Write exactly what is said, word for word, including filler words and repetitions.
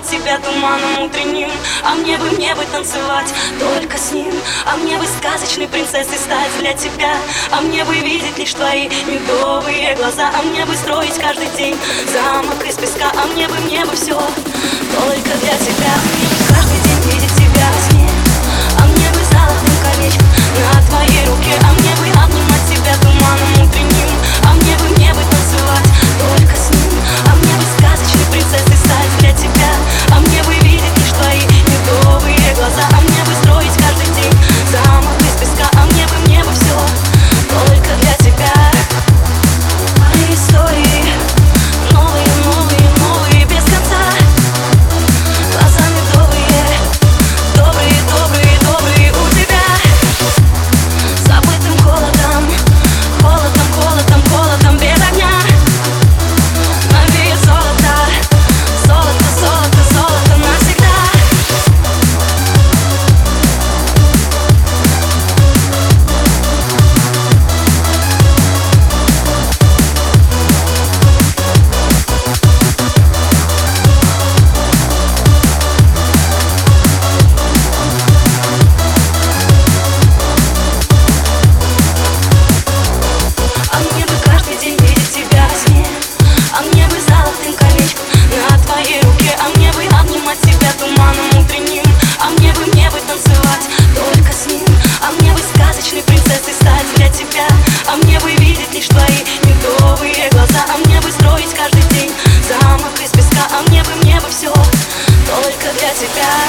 обнимать тебя туманом утренним. А мне бы, мне бы танцевать только с ним. А мне бы сказочной принцессой стать для тебя. А мне бы видеть лишь твои медовые глаза. А мне бы строить каждый день замок из песка. А мне бы, мне бы все только для тебя. Мне бы каждый день видеть тебя во сне. А мне бы золотым колечком на твоей руке. А мне бы обнимать тебя туманом утренним. А мне бы, мне бы танцевать только с ним. А мне бы сказочной принцессой стать для тебя. А мне бы видеть лишь твои медовые глаза. А мне бы строить каждый день замок из песка. А мне бы, мне бы все только для тебя. Мои истории новые, новые, новые без конца. Глаза медовые, добрые, добрые, добрые у тебя. Забытым холодом, холодом, холодом, холодом без огня. Навеет золото, золото, золото, золото навсегда. А мне бы каждый день видеть тебя во сне. А мне бы золотым колечком на твоей руке. А мне бы обнимать тебя туманом утренним. А мне бы, мне бы танцевать только с ним. А мне бы сказочной принцессой стать для тебя. А мне бы видеть лишь твои медовые глаза. А мне бы строить каждый день замок из песка. А мне бы, мне бы все только для тебя.